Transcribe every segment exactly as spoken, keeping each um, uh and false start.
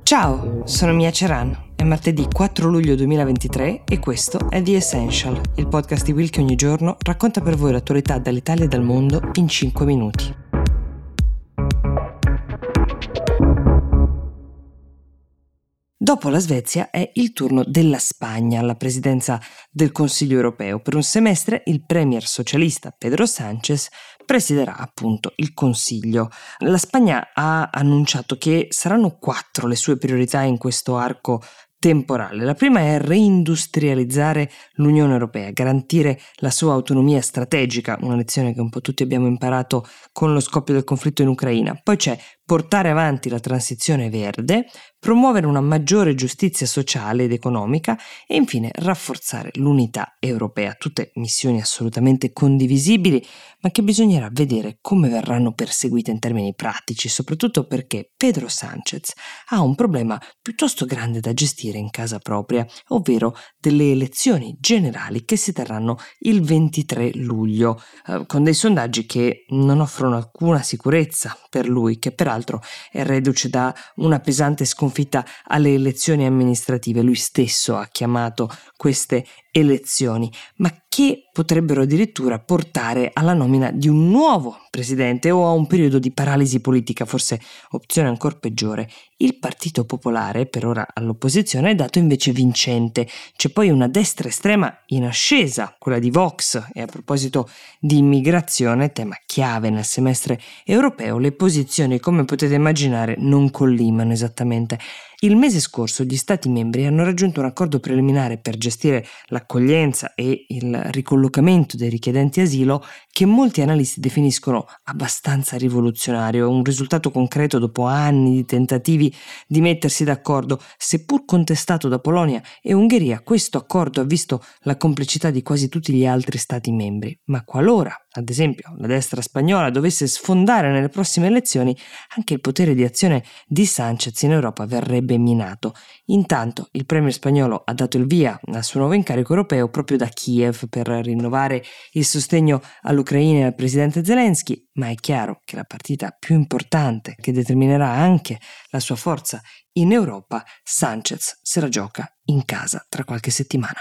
Ciao, sono Mia Ceran. È martedì quattro luglio duemilaventitré e questo è The Essential, il podcast di Will che ogni giorno racconta per voi l'attualità dall'Italia e dal mondo in cinque minuti. Dopo la Svezia è il turno della Spagna alla presidenza del Consiglio europeo. Per un semestre il premier socialista Pedro Sánchez presiderà appunto il Consiglio. La Spagna ha annunciato che saranno quattro le sue priorità in questo arco temporale. La prima è reindustrializzare l'Unione Europea, garantire la sua autonomia strategica, una lezione che un po' tutti abbiamo imparato con lo scoppio del conflitto in Ucraina. Poi c'è portare avanti la transizione verde, promuovere una maggiore giustizia sociale ed economica e infine rafforzare l'unità europea. Tutte missioni assolutamente condivisibili, ma che bisognerà vedere come verranno perseguite in termini pratici, soprattutto perché Pedro Sánchez ha un problema piuttosto grande da gestire in casa propria, ovvero delle elezioni generali che si terranno il ventitré luglio, eh, con dei sondaggi che non offrono alcuna sicurezza per lui, che peraltro è reduce da una pesante sconfitta alle elezioni amministrative. Lui stesso ha chiamato queste elezioni, ma che potrebbero addirittura portare alla nomina di un nuovo presidente o a un periodo di paralisi politica, forse opzione ancora peggiore. Il Partito Popolare, per ora all'opposizione, è dato invece vincente. C'è poi una destra estrema in ascesa, quella di Vox, e a proposito di immigrazione, tema chiave nel semestre europeo, le posizioni, come potete immaginare, non collimano esattamente. Il mese scorso gli Stati membri hanno raggiunto un accordo preliminare per gestire l'accoglienza e il ricollocamento dei richiedenti asilo che molti analisti definiscono abbastanza rivoluzionario, un risultato concreto dopo anni di tentativi di mettersi d'accordo. Seppur contestato da Polonia e Ungheria, questo accordo ha visto la complicità di quasi tutti gli altri Stati membri, ma qualora, ad esempio, la destra spagnola dovesse sfondare nelle prossime elezioni, anche il potere di azione di Sánchez in Europa verrebbe minato. Intanto il premier spagnolo ha dato il via al suo nuovo incarico europeo proprio da Kiev per rinnovare il sostegno all'Ucraina e al presidente Zelensky, ma è chiaro che la partita più importante, che determinerà anche la sua forza in Europa, Sánchez se la gioca in casa tra qualche settimana.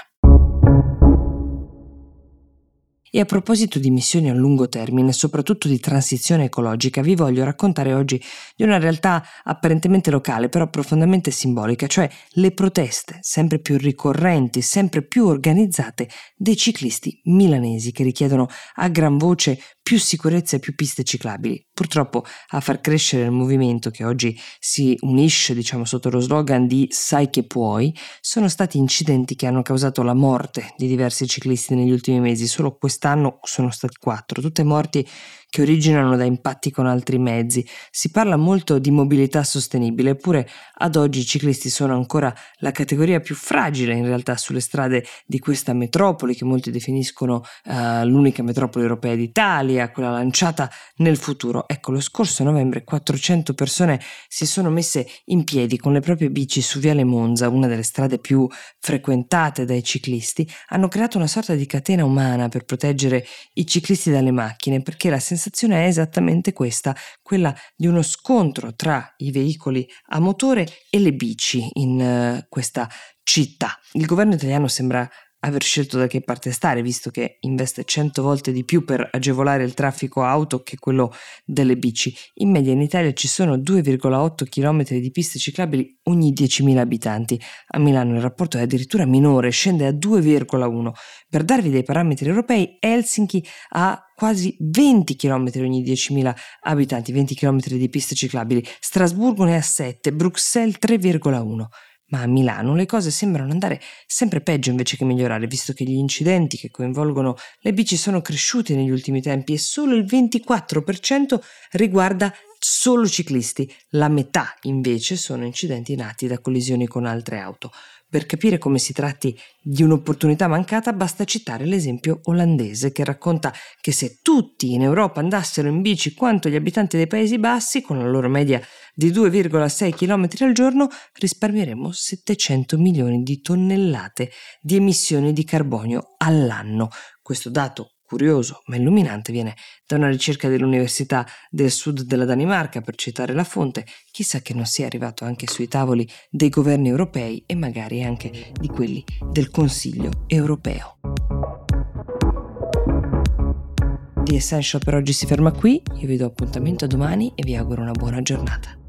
E a proposito di missioni a lungo termine, soprattutto di transizione ecologica, vi voglio raccontare oggi di una realtà apparentemente locale, però profondamente simbolica, cioè le proteste sempre più ricorrenti, sempre più organizzate dei ciclisti milanesi che richiedono a gran voce più sicurezza e più piste ciclabili. Purtroppo a far crescere il movimento, che oggi si unisce, diciamo, sotto lo slogan di Sai che puoi, sono stati incidenti che hanno causato la morte di diversi ciclisti negli ultimi mesi. Solo quest'anno sono stati quattro, tutte morti che originano da impatti con altri mezzi. Si parla molto di mobilità sostenibile, eppure ad oggi i ciclisti sono ancora la categoria più fragile in realtà sulle strade di questa metropoli che molti definiscono uh, l'unica metropoli europea d'Italia, quella lanciata nel futuro. Ecco, lo scorso novembre quattrocento persone si sono messe in piedi con le proprie bici su Viale Monza, una delle strade più frequentate dai ciclisti. Hanno creato una sorta di catena umana per proteggere i ciclisti dalle macchine, perché la sensazione è esattamente questa, quella di uno scontro tra i veicoli a motore e le bici in uh, questa città. Il governo italiano sembra aver scelto da che parte stare, visto che investe cento volte di più per agevolare il traffico auto che quello delle bici. In media in Italia ci sono due virgola otto chilometri di piste ciclabili ogni diecimila abitanti. A Milano il rapporto è addirittura minore, scende a due virgola uno. Per darvi dei parametri europei, Helsinki ha quasi venti chilometri ogni diecimila abitanti, venti chilometri di piste ciclabili, Strasburgo ne ha sette, Bruxelles tre virgola uno. Ma a Milano le cose sembrano andare sempre peggio invece che migliorare, visto che gli incidenti che coinvolgono le bici sono cresciuti negli ultimi tempi e solo il ventiquattro per cento riguarda solo ciclisti. La metà invece sono incidenti nati da collisioni con altre auto. Per capire come si tratti di un'opportunità mancata basta citare l'esempio olandese, che racconta che se tutti in Europa andassero in bici quanto gli abitanti dei Paesi Bassi, con la loro media di due virgola sei chilometri al giorno, risparmieremo settecento milioni di tonnellate di emissioni di carbonio all'anno. Questo dato curioso ma illuminante viene da una ricerca dell'Università del Sud della Danimarca, per citare la fonte. Chissà che non sia arrivato anche sui tavoli dei governi europei e magari anche di quelli del Consiglio europeo. The Essential per oggi si ferma qui, io vi do appuntamento a domani e vi auguro una buona giornata.